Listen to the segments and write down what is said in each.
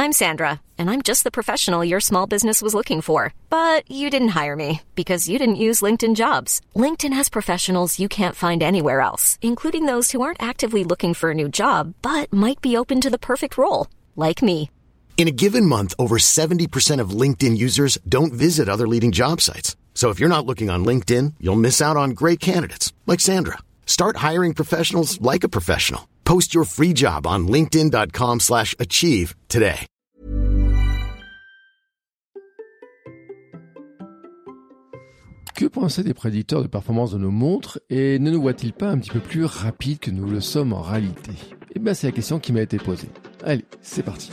I'm Sandra, and I'm just the professional your small business was looking for. But you didn't hire me because you didn't use LinkedIn Jobs. LinkedIn has professionals you can't find anywhere else, including those who aren't actively looking for a new job, but might be open to the perfect role, like me. In a given month, over 70% of LinkedIn users don't visit other leading job sites. So if you're not looking on LinkedIn, you'll miss out on great candidates like Sandra. Start hiring professionals like a professional. Post your free job on linkedin.com/achieve today. Que penser des prédicteurs de performance de nos montres et ne nous voient-ils pas un petit peu plus rapides que nous le sommes en réalité? Eh bien, c'est la question qui m'a été posée. Allez, c'est parti.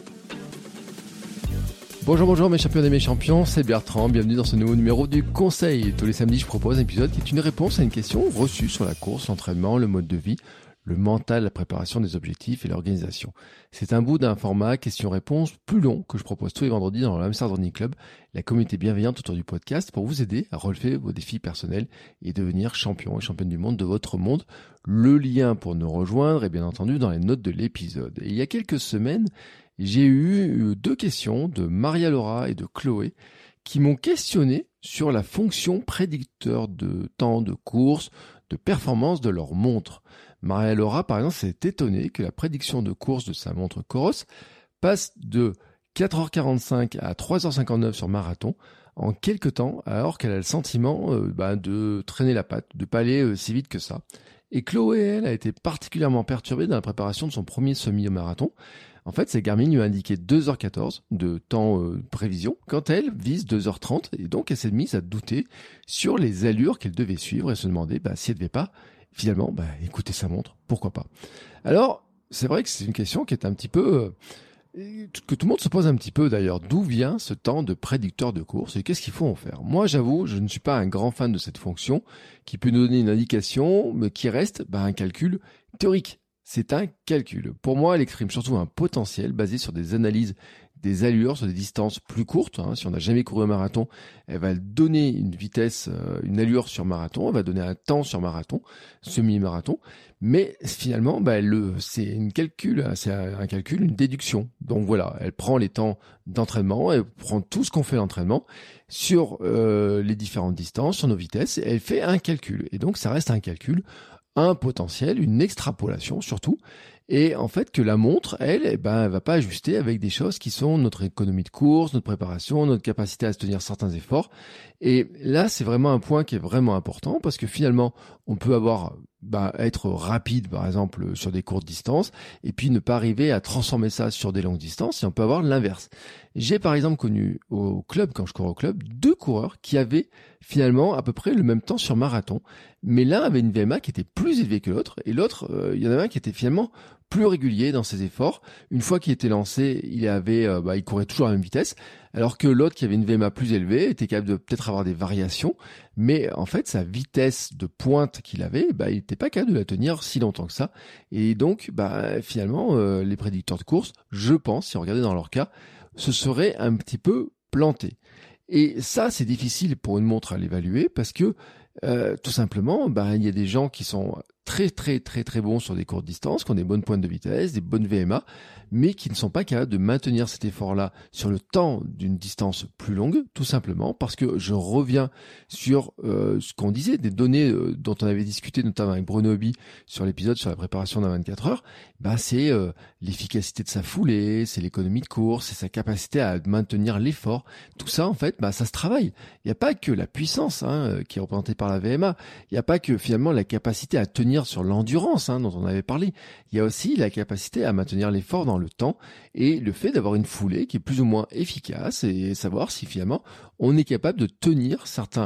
Bonjour mes champions et mes champions, c'est Bertrand, bienvenue dans ce nouveau numéro du Conseil. Tous les samedis, je propose un épisode qui est une réponse à une question reçue sur la course, l'entraînement, le mode de vie, le mental, la préparation des objectifs et l'organisation. C'est un bout d'un format question-réponse plus long que je propose tous les vendredis dans le Hamster Running Club, la communauté bienveillante autour du podcast pour vous aider à relever vos défis personnels et devenir champion et championne du monde de votre monde. Le lien pour nous rejoindre est bien entendu dans les notes de l'épisode. Et il y a quelques semaines, j'ai eu 2 questions de Maria-Laura et de Chloé qui m'ont questionné sur la fonction prédicteur de temps de course, de performance de leur montre. Maria-Laura, par exemple, s'est étonnée que la prédiction de course de sa montre Coros passe de 4h45 à 3h59 sur marathon en quelques temps, alors qu'elle a le sentiment de traîner la patte, de pas aller si vite que ça. Et Chloé, elle, a été particulièrement perturbée dans la préparation de son premier semi-marathon. En fait, sa Garmin lui a indiqué 2h14 de temps prévision, quand elle vise 2h30, et donc elle s'est mise à douter sur les allures qu'elle devait suivre et se demander si elle devait pas, finalement, écouter sa montre, pourquoi pas. Alors, c'est vrai que c'est une question qui est un petit peu... que tout le monde se pose un petit peu d'ailleurs. D'où vient ce temps de prédicteur de course et qu'est-ce qu'il faut en faire? Moi, j'avoue, je ne suis pas un grand fan de cette fonction qui peut nous donner une indication, mais qui reste un calcul théorique. C'est un calcul. Pour moi, elle exprime surtout un potentiel basé sur des analyses des allures sur des distances plus courtes. Si on n'a jamais couru un marathon, elle va donner une vitesse, une allure sur marathon, elle va donner un temps sur marathon, semi-marathon, mais finalement, c'est un calcul, une déduction. Donc voilà, elle prend les temps d'entraînement, elle prend tout ce qu'on fait l'entraînement sur les différentes distances, sur nos vitesses, et elle fait un calcul. Et donc ça reste un calcul, un potentiel, une extrapolation surtout, et en fait que la montre, elle va pas ajuster avec des choses qui sont notre économie de course, notre préparation, notre capacité à se tenir certains efforts. Et là, c'est vraiment un point qui est vraiment important parce que finalement, on peut avoir être rapide, par exemple, sur des courtes distances, et puis ne pas arriver à transformer ça sur des longues distances, et on peut avoir l'inverse. J'ai par exemple connu au club, quand je cours au club, 2 coureurs qui avaient finalement à peu près le même temps sur marathon, mais l'un avait une VMA qui était plus élevée que l'autre, et l'autre, il y en avait un qui était finalement plus régulier dans ses efforts. Une fois qu'il était lancé, il courait toujours à la même vitesse, alors que l'autre qui avait une VMA plus élevée était capable de peut-être avoir des variations, mais en fait sa vitesse de pointe qu'il avait, il n'était pas capable de la tenir si longtemps que ça. Et donc finalement les prédicteurs de course, je pense, si on regardait dans leur cas, se seraient un petit peu plantés. Et ça, c'est difficile pour une montre à l'évaluer parce que tout simplement, il y a des gens qui sont très très très très bons sur des courtes distances, qui ont des bonnes pointes de vitesse, des bonnes VMA, mais qui ne sont pas capables de maintenir cet effort-là sur le temps d'une distance plus longue, tout simplement parce que je reviens sur ce qu'on disait, des données dont on avait discuté notamment avec Bruno Hobby sur l'épisode sur la préparation d'un 24 heures, c'est l'efficacité de sa foulée, c'est l'économie de course, c'est sa capacité à maintenir l'effort. Tout ça, en fait, ça se travaille. Il n'y a pas que la puissance qui est représentée par la VMA, il n'y a pas que finalement la capacité à tenir sur l'endurance dont on avait parlé. Il y a aussi la capacité à maintenir l'effort dans le temps et le fait d'avoir une foulée qui est plus ou moins efficace et savoir si finalement on est capable de tenir certains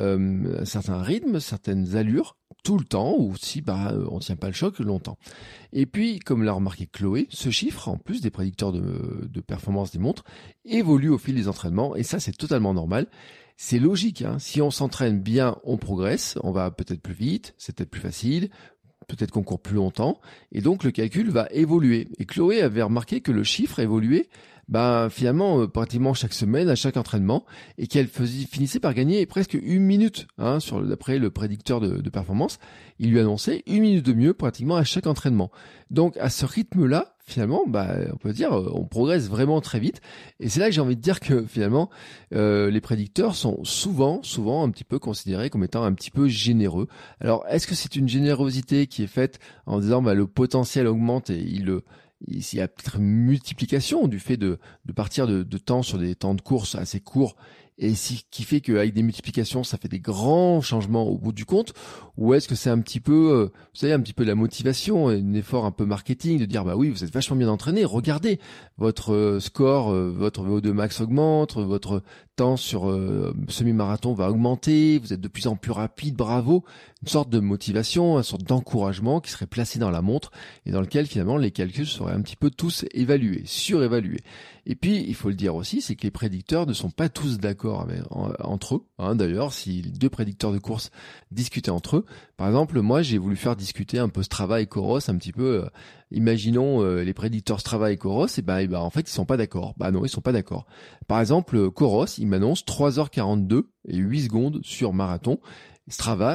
rythmes, certaines allures tout le temps ou si on tient pas le choc longtemps. Et puis, comme l'a remarqué Chloé, ce chiffre, en plus des prédicteurs de performance des montres, évolue au fil des entraînements et ça c'est totalement normal. C'est logique, si on s'entraîne bien, on progresse, on va peut-être plus vite, c'est peut-être plus facile, peut-être qu'on court plus longtemps, et donc le calcul va évoluer. Et Chloé avait remarqué que le chiffre évoluait finalement pratiquement chaque semaine, à chaque entraînement, et qu'elle finissait par gagner presque 1 minute, d'après le prédicteur de performance, il lui annonçait 1 minute de mieux pratiquement à chaque entraînement. Donc à ce rythme-là, finalement, on peut dire, on progresse vraiment très vite. Et c'est là que j'ai envie de dire que finalement, les prédicteurs sont souvent un petit peu considérés comme étant un petit peu généreux. Alors, est-ce que c'est une générosité qui est faite en disant le potentiel augmente et il y a peut-être une multiplication du fait de partir de temps sur des temps de course assez courts et qui fait qu'avec des multiplications, ça fait des grands changements au bout du compte, ou est-ce que c'est un petit peu, vous savez, un petit peu de la motivation, un effort un peu marketing, de dire oui, vous êtes vachement bien entraîné, regardez, votre score, votre VO2 max augmente, votre temps sur semi-marathon va augmenter, vous êtes de plus en plus rapide, bravo, une sorte de motivation, une sorte d'encouragement qui serait placé dans la montre et dans lequel finalement les calculs seraient un petit peu tous évalués, surévalués. Et puis, il faut le dire aussi, c'est que les prédicteurs ne sont pas tous d'accord entre eux. D'ailleurs, si les deux prédicteurs de course discutaient entre eux, par exemple, moi, j'ai voulu faire discuter un peu Strava et Coros, un petit peu, imaginons les prédicteurs Strava et Coros, et en fait, ils sont pas d'accord. Non, ils sont pas d'accord. Par exemple, Coros, il m'annonce 3h42 et 8 secondes sur marathon. Strava,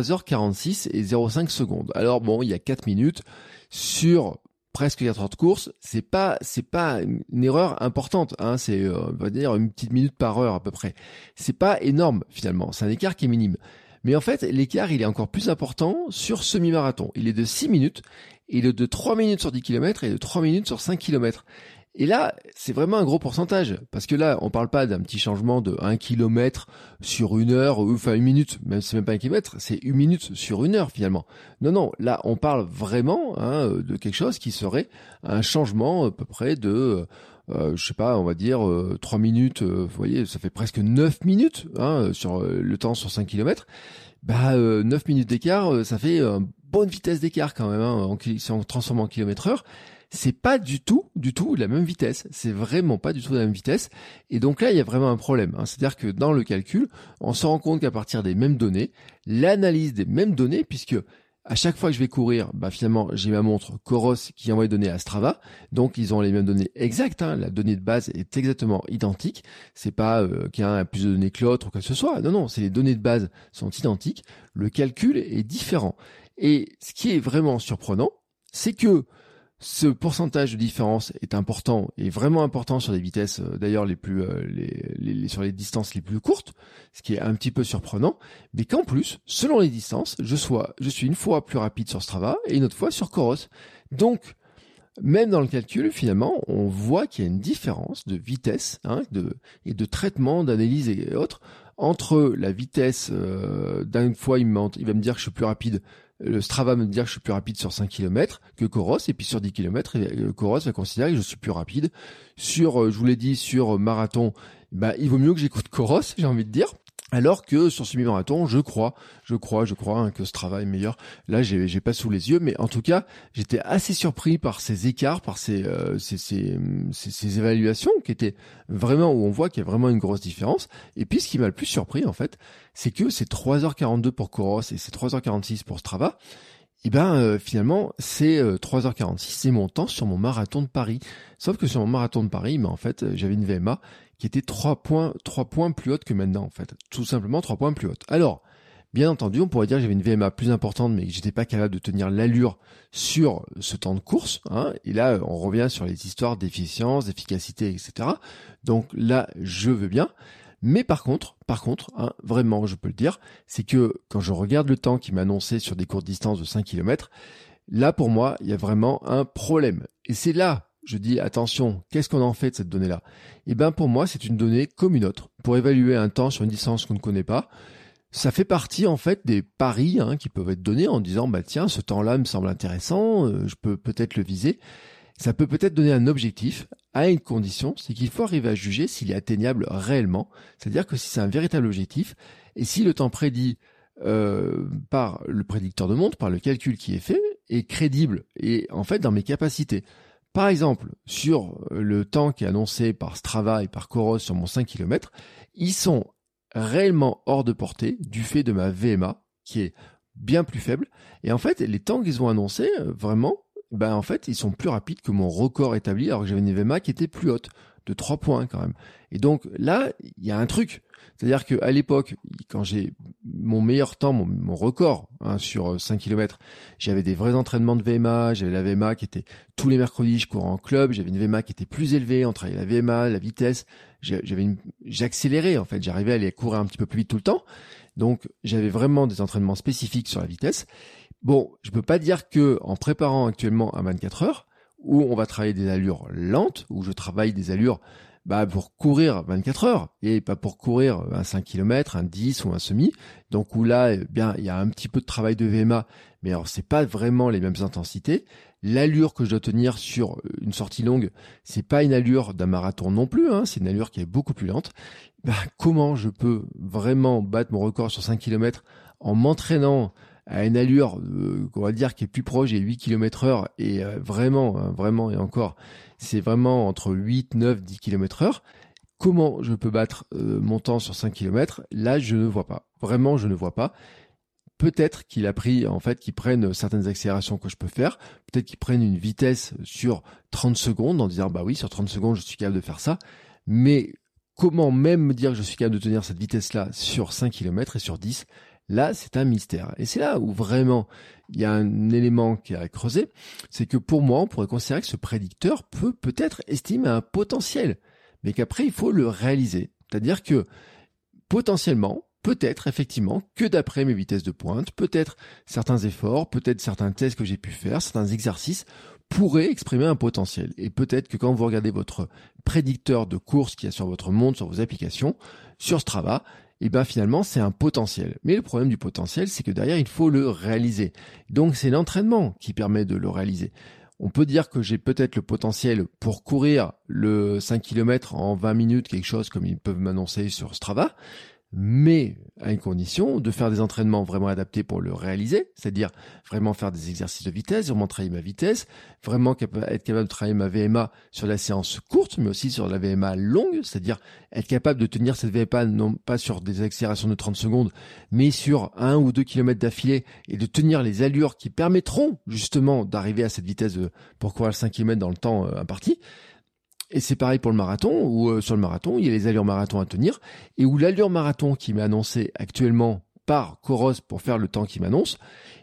3h46 et 0,5 secondes. Alors il y a 4 minutes sur presque 4 heures de course, c'est pas une erreur importante, c'est on va dire une petite minute par heure à peu près. C'est pas énorme finalement, c'est un écart qui est minime. Mais en fait, l'écart, il est encore plus important sur semi-marathon. Il est de 6 minutes, il est de 3 minutes sur 10 km et de 3 minutes sur 5 km. Et là, c'est vraiment un gros pourcentage, parce que là, on parle pas d'un petit changement de 1 km sur 1 heure, enfin 1 minute, même c'est même pas 1 km, c'est 1 minute sur 1 heure finalement. Non, là, on parle vraiment de quelque chose qui serait un changement à peu près de, on va dire 3 minutes, vous voyez, ça fait presque 9 minutes sur le temps sur 5 km. 9 minutes d'écart, ça fait une bonne vitesse d'écart quand même, si on transforme en kilomètre-heure. C'est pas du tout la même vitesse. C'est vraiment pas du tout la même vitesse. Et donc là, il y a vraiment un problème. C'est-à-dire que dans le calcul, on se rend compte qu'à partir des mêmes données, l'analyse des mêmes données, puisque à chaque fois que je vais courir, finalement, j'ai ma montre Coros qui envoie les données à Strava. Donc, ils ont les mêmes données exactes. La donnée de base est exactement identique. C'est pas qu'il y a plus de données que l'autre ou quoi que ce soit. Non, c'est les données de base sont identiques. Le calcul est différent. Et ce qui est vraiment surprenant, c'est que ce pourcentage de différence est important et vraiment important sur les vitesses, d'ailleurs les plus sur les distances les plus courtes, ce qui est un petit peu surprenant, mais qu'en plus, selon les distances, je suis une fois plus rapide sur Strava et une autre fois sur Coros. Donc, même dans le calcul, finalement, on voit qu'il y a une différence de vitesse et de traitement, d'analyse et autres entre la vitesse d'une fois, il va me dire que je suis plus rapide. Le Strava va me dire que je suis plus rapide sur 5 km que Coros, et puis sur 10 km, Coros va considérer que je suis plus rapide. Sur, je vous l'ai dit, sur marathon, il vaut mieux que j'écoute Coros, j'ai envie de dire. Alors que sur semi-marathon, je crois que Strava est meilleur. Là, j'ai pas sous les yeux, mais en tout cas, j'étais assez surpris par ces écarts, par ces évaluations qui étaient vraiment, où on voit qu'il y a vraiment une grosse différence. Et puis, ce qui m'a le plus surpris, en fait, c'est que c'est 3h42 pour Coros et c'est 3h46 pour Strava. Finalement, c'est 3h46, c'est mon temps sur mon marathon de Paris. Sauf que sur mon marathon de Paris, en fait, j'avais une VMA qui était 3 points plus haute que maintenant, en fait. Tout simplement 3 points plus haute. Alors, bien entendu, on pourrait dire que j'avais une VMA plus importante, mais que j'étais pas capable de tenir l'allure sur ce temps de course, Et là, on revient sur les histoires d'efficience, d'efficacité, etc. Donc là, je veux bien. Mais par contre, vraiment, je peux le dire, c'est que quand je regarde le temps qui m'a annoncé sur des courtes distances de 5 km, là, pour moi, il y a vraiment un problème. Et c'est là, je dis, attention, qu'est-ce qu'on en fait de cette donnée-là ? Pour moi, c'est une donnée comme une autre. Pour évaluer un temps sur une distance qu'on ne connaît pas, ça fait partie, en fait, des paris qui peuvent être donnés en disant, tiens, ce temps-là me semble intéressant, je peux peut-être le viser. Ça peut peut-être donner un objectif à une condition, c'est qu'il faut arriver à juger s'il est atteignable réellement, c'est-à-dire que si c'est un véritable objectif, et si le temps prédit par le prédicteur de montre, par le calcul qui est fait, est crédible et en fait dans mes capacités. Par exemple, sur le temps qui est annoncé par Strava et par Coros sur mon 5 km, ils sont réellement hors de portée du fait de ma VMA qui est bien plus faible. Et en fait, les temps qu'ils ont annoncés, vraiment, en fait, ils sont plus rapides que mon record établi alors que j'avais une VMA qui était plus haute. de 3 points quand même. Et donc là, il y a un truc. C'est-à-dire qu'à l'époque, quand j'ai mon meilleur temps, mon record sur 5 km, j'avais des vrais entraînements de VMA, j'avais la VMA qui était tous les mercredis, je courais en club, j'avais une VMA qui était plus élevée, on travaillait la VMA, la vitesse, j'accélérais en fait, j'arrivais à aller courir un petit peu plus vite tout le temps. Donc j'avais vraiment des entraînements spécifiques sur la vitesse. Bon, je peux pas dire que en préparant actuellement un 24 heures, où on va travailler des allures lentes, où je travaille des allures pour courir 24 heures et pas pour courir un 5 km, un 10 ou un semi. Donc où là, il y a un petit peu de travail de VMA, mais alors c'est pas vraiment les mêmes intensités. L'allure que je dois tenir sur une sortie longue, c'est pas une allure d'un marathon non plus, c'est une allure qui est beaucoup plus lente. Comment je peux vraiment battre mon record sur 5 km en m'entraînant à une allure, on va dire, qui est plus proche des 8 km/h et vraiment, et encore, c'est vraiment entre 8, 9, 10 km/h. Comment je peux battre mon temps sur 5 km? Là, je ne vois pas. Vraiment, je ne vois pas. Peut-être qu'il a pris, en fait, qu'ils prennent certaines accélérations que je peux faire. Peut-être qu'ils prennent une vitesse sur 30 secondes en disant, oui, sur 30 secondes, je suis capable de faire ça. Mais comment même me dire que je suis capable de tenir cette vitesse-là sur 5 km et sur 10? Là, c'est un mystère. Et c'est là où vraiment il y a un élément qui est à creuser. C'est que pour moi, on pourrait considérer que ce prédicteur peut peut-être estimer un potentiel, mais qu'après, il faut le réaliser. C'est-à-dire que potentiellement, peut-être effectivement que d'après mes vitesses de pointe, peut-être certains efforts, peut-être certains tests que j'ai pu faire, certains exercices pourraient exprimer un potentiel. Et peut-être que quand vous regardez votre prédicteur de course qui est sur votre montre, sur vos applications, sur Strava, finalement, c'est un potentiel. Mais le problème du potentiel, c'est que derrière, il faut le réaliser. Donc, c'est l'entraînement qui permet de le réaliser. On peut dire que j'ai peut-être le potentiel pour courir le 5 km en 20 minutes, quelque chose comme ils peuvent m'annoncer sur Strava, mais à une condition de faire des entraînements vraiment adaptés pour le réaliser, c'est-à-dire vraiment faire des exercices de vitesse, vraiment travailler ma vitesse, vraiment être capable de travailler ma VMA sur la séance courte, mais aussi sur la VMA longue, c'est-à-dire être capable de tenir cette VMA non pas sur des accélérations de 30 secondes, mais sur 1 ou 2 km d'affilée et de tenir les allures qui permettront justement d'arriver à cette vitesse pour courir le 5 km dans le temps imparti. Et c'est pareil pour le marathon, où sur le marathon, il y a les allures marathon à tenir, et où l'allure marathon qui m'est annoncée actuellement par Coros pour faire le temps qu'il m'annonce,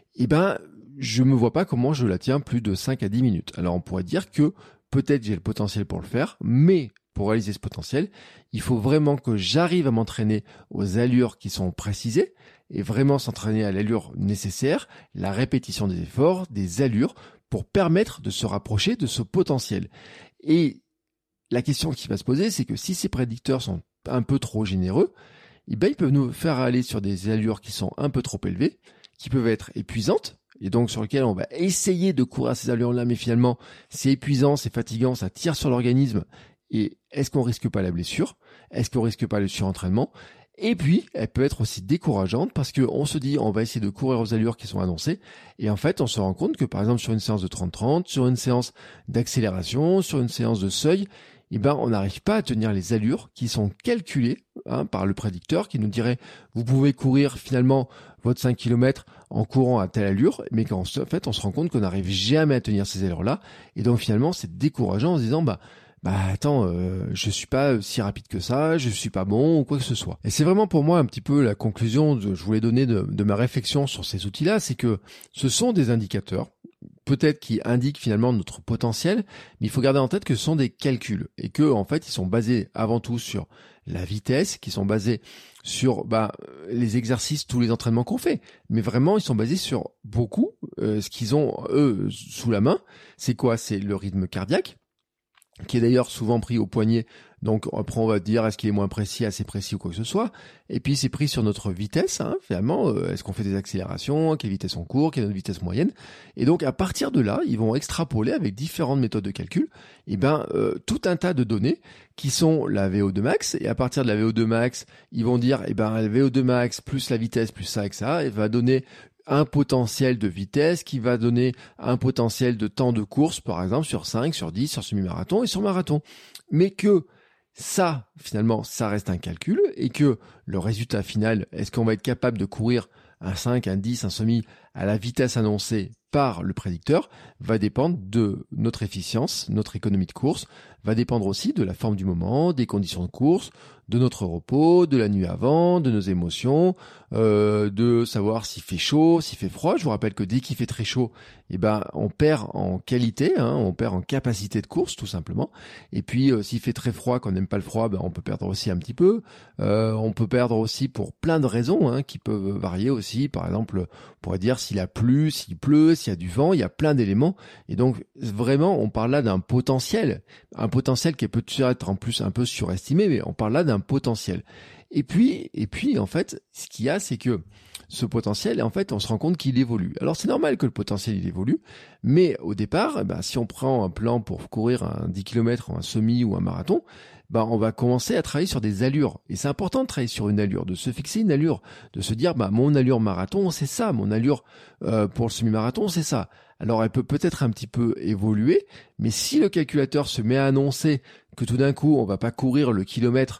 je me vois pas comment je la tiens plus de 5 à 10 minutes. Alors on pourrait dire que peut-être j'ai le potentiel pour le faire, mais pour réaliser ce potentiel, il faut vraiment que j'arrive à m'entraîner aux allures qui sont précisées, et vraiment s'entraîner à l'allure nécessaire, la répétition des efforts, des allures, pour permettre de se rapprocher de ce potentiel. Et la question qui va se poser, c'est que si ces prédicteurs sont un peu trop généreux, ils peuvent nous faire aller sur des allures qui sont un peu trop élevées, qui peuvent être épuisantes, et donc sur lesquelles on va essayer de courir à ces allures-là, mais finalement, c'est épuisant, c'est fatigant, ça tire sur l'organisme, et est-ce qu'on risque pas la blessure? Est-ce qu'on risque pas le surentraînement? Et puis, elle peut être aussi décourageante parce qu'on se dit, on va essayer de courir aux allures qui sont annoncées. Et en fait, on se rend compte que par exemple, sur une séance de 30-30, sur une séance d'accélération, sur une séance de seuil, on n'arrive pas à tenir les allures qui sont calculées par le prédicteur qui nous dirait, vous pouvez courir finalement votre 5 km en courant à telle allure, mais qu'en fait, on se rend compte qu'on n'arrive jamais à tenir ces allures-là. Et donc finalement, c'est décourageant en se disant, je suis pas si rapide que ça, je suis pas bon ou quoi que ce soit. Et c'est vraiment pour moi un petit peu la conclusion que je voulais donner de ma réflexion sur ces outils-là, c'est que ce sont des indicateurs, peut-être qui indiquent finalement notre potentiel, mais il faut garder en tête que ce sont des calculs et que en fait ils sont basés avant tout sur la vitesse, qui sont basés sur les exercices, tous les entraînements qu'on fait, mais vraiment ils sont basés sur beaucoup. Ce qu'ils ont eux sous la main, c'est quoi? C'est le rythme cardiaque, qui est d'ailleurs souvent pris au poignet, donc après on va dire est-ce qu'il est moins précis, assez précis ou quoi que ce soit, et puis c'est pris sur notre vitesse, finalement, est-ce qu'on fait des accélérations, à quelle vitesse on court, quelle est notre vitesse moyenne, et donc à partir de là, ils vont extrapoler avec différentes méthodes de calcul, tout un tas de données qui sont la VO2 max, et à partir de la VO2 max, ils vont dire, la VO2 max plus la vitesse plus ça et ça, va donner un potentiel de vitesse qui va donner un potentiel de temps de course, par exemple, sur 5, sur 10, sur semi-marathon et sur marathon. Mais que ça, finalement, ça reste un calcul et que le résultat final, est-ce qu'on va être capable de courir un 5, un 10, un semi à la vitesse annoncée par le prédicteur va dépendre de notre efficience, notre économie de course, va dépendre aussi de la forme du moment, des conditions de course, de notre repos, de la nuit avant, de nos émotions, de savoir s'il fait chaud, s'il fait froid. Je vous rappelle que dès qu'il fait très chaud, on perd en qualité, on perd en capacité de course tout simplement. Et puis s'il fait très froid, qu'on n'aime pas le froid, on peut perdre aussi un petit peu. On peut perdre aussi pour plein de raisons qui peuvent varier aussi. Par exemple, on pourrait dire s'il a plu, s'il pleut, s'il y a du vent, il y a plein d'éléments. Et donc vraiment, on parle là d'un potentiel qui est peut-être en plus un peu surestimé, mais on parle là d'un potentiel. Et puis en fait, ce qu'il y a, c'est que ce potentiel, en fait, on se rend compte qu'il évolue. Alors c'est normal que le potentiel il évolue, mais au départ, si on prend un plan pour courir un 10 km, un semi ou un marathon, on va commencer à travailler sur des allures. Et c'est important de travailler sur une allure, de se fixer une allure, de se dire, mon allure marathon, c'est ça, mon allure pour le semi-marathon, c'est ça. Alors elle peut peut-être un petit peu évoluer, mais si le calculateur se met à annoncer que tout d'un coup on va pas courir le kilomètre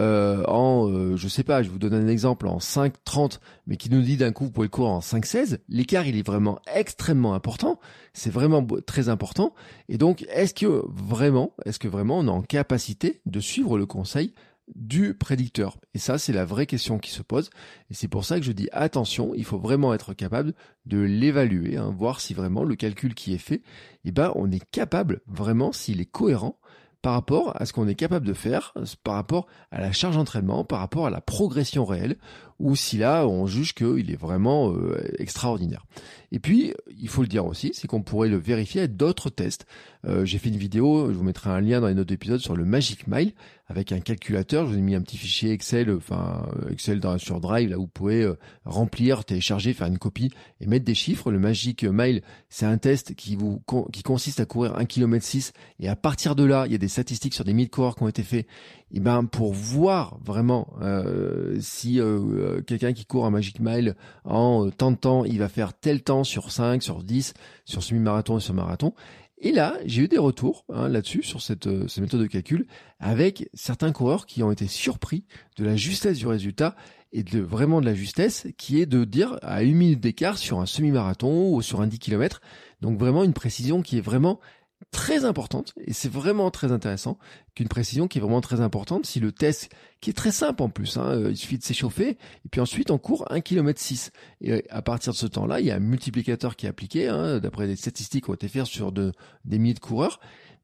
je sais pas, je vous donne un exemple, en 5,30, mais qui nous dit d'un coup vous pouvez le courir en 5,16, l'écart il est vraiment extrêmement important, c'est vraiment très important. Et donc est-ce que vraiment on est en capacité de suivre le conseil du prédicteur? Et ça, c'est la vraie question qui se pose. Et c'est pour ça que je dis attention, il faut vraiment être capable de l'évaluer, voir si vraiment le calcul qui est fait, on est capable vraiment s'il est cohérent par rapport à ce qu'on est capable de faire, par rapport à la charge d'entraînement, par rapport à la progression réelle, ou si là, on juge qu'il est vraiment extraordinaire. Et puis, il faut le dire aussi, c'est qu'on pourrait le vérifier avec d'autres tests. J'ai fait une vidéo, je vous mettrai un lien dans les notes d'épisode sur le Magic Mile, avec un calculateur. Je vous ai mis un petit fichier Excel, sur Drive, là où vous pouvez remplir, télécharger, faire une copie et mettre des chiffres. Le Magic Mile, c'est un test qui consiste à courir 1,6 km, et à partir de là, il y a des statistiques sur des milliers de coureurs qui ont été faits. Pour voir vraiment si quelqu'un qui court un Magic Mile en tant de temps, il va faire tel temps sur 5, sur 10, sur semi-marathon et sur marathon. Et là, j'ai eu des retours là-dessus, sur cette méthode de calcul, avec certains coureurs qui ont été surpris de la justesse du résultat, et vraiment de la justesse qui est de dire à 1 minute d'écart sur un semi-marathon ou sur un 10 km. Donc vraiment une précision qui est vraiment très importante, et c'est vraiment très intéressant qu'une précision qui est vraiment très importante. Si le test, qui est très simple en plus, il suffit de s'échauffer, et puis ensuite on court 1,6 km. Et à partir de ce temps-là, il y a un multiplicateur qui est appliqué, d'après des statistiques qui ont été faites sur des milliers de coureurs.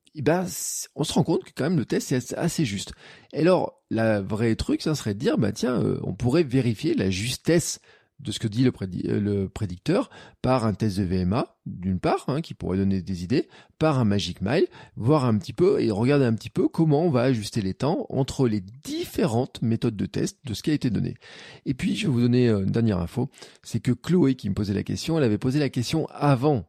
On se rend compte que quand même le test est assez juste. Et alors, la vraie truc, ça serait de dire, on pourrait vérifier la justesse de ce que dit le prédicteur par un test de VMA, d'une part, qui pourrait donner des idées, par un Magic Mile, voir un petit peu et regarder un petit peu comment on va ajuster les temps entre les différentes méthodes de test de ce qui a été donné. Et puis, je vais vous donner une dernière info, c'est que Chloé qui me posait la question, elle avait posé la question avant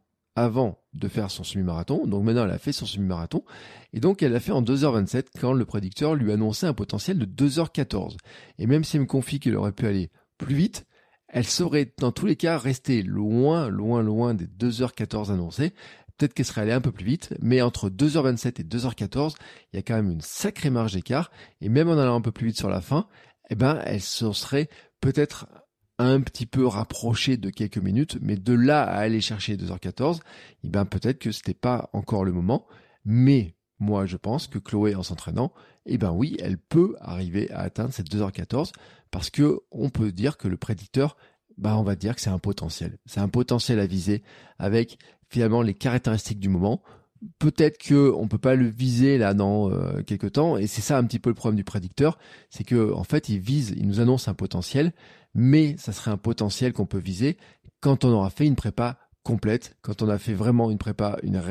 de faire son semi-marathon, donc maintenant elle a fait son semi-marathon, et donc elle l'a fait en 2h27 quand le prédicteur lui annonçait un potentiel de 2h14. Et même si elle me confie qu'elle aurait pu aller plus vite, elle saurait dans tous les cas rester loin des 2h14 annoncées. Peut-être qu'elle serait allée un peu plus vite, mais entre 2h27 et 2h14, il y a quand même une sacrée marge d'écart, et même en allant un peu plus vite sur la fin, elle se serait peut-être un petit peu rapprochée de quelques minutes, mais de là à aller chercher 2h14, peut-être que c'était pas encore le moment, mais moi je pense que Chloé, en s'entraînant, oui, elle peut arriver à atteindre cette 2h14, parce que on peut dire que le prédicteur, on va dire que c'est un potentiel. C'est un potentiel à viser avec finalement les caractéristiques du moment. Peut-être que on peut pas le viser là dans quelques temps, et c'est ça un petit peu le problème du prédicteur, c'est que en fait il nous annonce un potentiel, mais ça serait un potentiel qu'on peut viser quand on aura fait une prépa complète, quand on a fait vraiment une prépa, une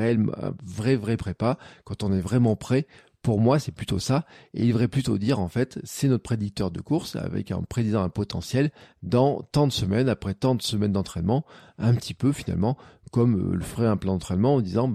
vraie prépa, quand on est vraiment prêt. Pour moi, c'est plutôt ça, et il devrait plutôt dire, en fait, c'est notre prédicteur de course, avec un prédisant un potentiel dans tant de semaines, après tant de semaines d'entraînement, un petit peu finalement, comme le ferait un plan d'entraînement en disant,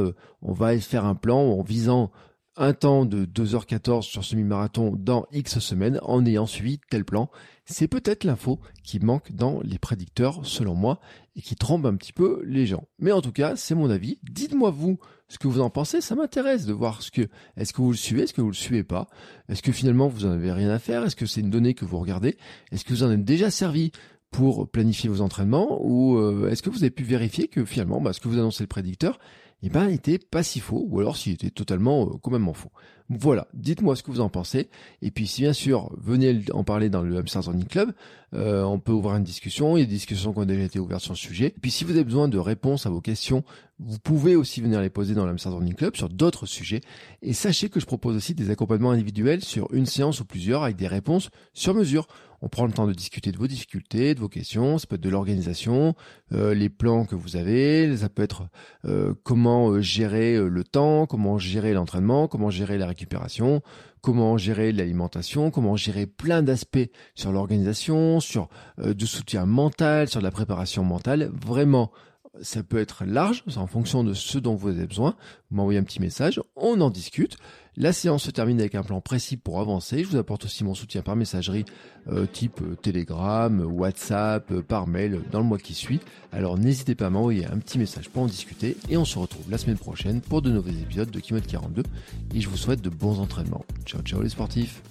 on va faire un plan en visant un temps de 2h14 sur semi-marathon dans X semaines en ayant suivi tel plan. C'est peut-être l'info qui manque dans les prédicteurs, selon moi, et qui trompe un petit peu les gens. Mais en tout cas, c'est mon avis. Dites-moi vous ce que vous en pensez. Ça m'intéresse de voir est-ce que vous le suivez, est-ce que vous le suivez pas? Est-ce que finalement vous en avez rien à faire? Est-ce que c'est une donnée que vous regardez? Est-ce que vous en avez déjà servi pour planifier vos entraînements, ou est-ce que vous avez pu vérifier que finalement ce que vous annoncez le prédicteur était pas si faux, ou alors s'il était totalement complètement faux. Voilà, dites-moi ce que vous en pensez, et puis si bien sûr, venez en parler dans le Hamsters Running Club, on peut ouvrir une discussion, il y a des discussions qui ont déjà été ouvertes sur le sujet, et puis si vous avez besoin de réponses à vos questions, vous pouvez aussi venir les poser dans le Hamsters Running Club sur d'autres sujets, et sachez que je propose aussi des accompagnements individuels sur une séance ou plusieurs avec des réponses sur mesure. On prend le temps de discuter de vos difficultés, de vos questions, ça peut être de l'organisation, les plans que vous avez, ça peut être comment gérer le temps, comment gérer l'entraînement, comment gérer la récupération, comment gérer l'alimentation, comment gérer plein d'aspects sur l'organisation, sur du soutien mental, sur de la préparation mentale. Vraiment, ça peut être large, c'est en fonction de ce dont vous avez besoin. Vous m'envoyez un petit message, on en discute. La séance se termine avec un plan précis pour avancer. Je vous apporte aussi mon soutien par messagerie type Telegram, WhatsApp, par mail dans le mois qui suit. Alors n'hésitez pas à m'envoyer un petit message pour en discuter. Et on se retrouve la semaine prochaine pour de nouveaux épisodes de Keynote 42. Et je vous souhaite de bons entraînements. Ciao ciao les sportifs.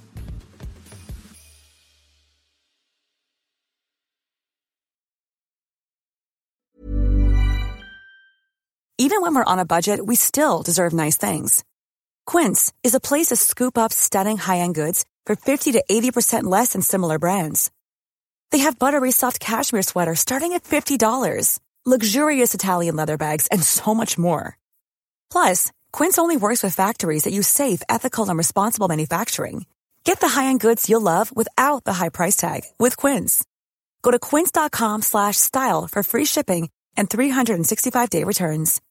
Even when we're on a budget, we still deserve nice things. Quince is a place to scoop up stunning high-end goods for 50 to 80% less than similar brands. They have buttery soft cashmere sweaters starting at $50, luxurious Italian leather bags, and so much more. Plus, Quince only works with factories that use safe, ethical, and responsible manufacturing. Get the high-end goods you'll love without the high price tag with Quince. Go to quince.com/style for free shipping and 365-day returns.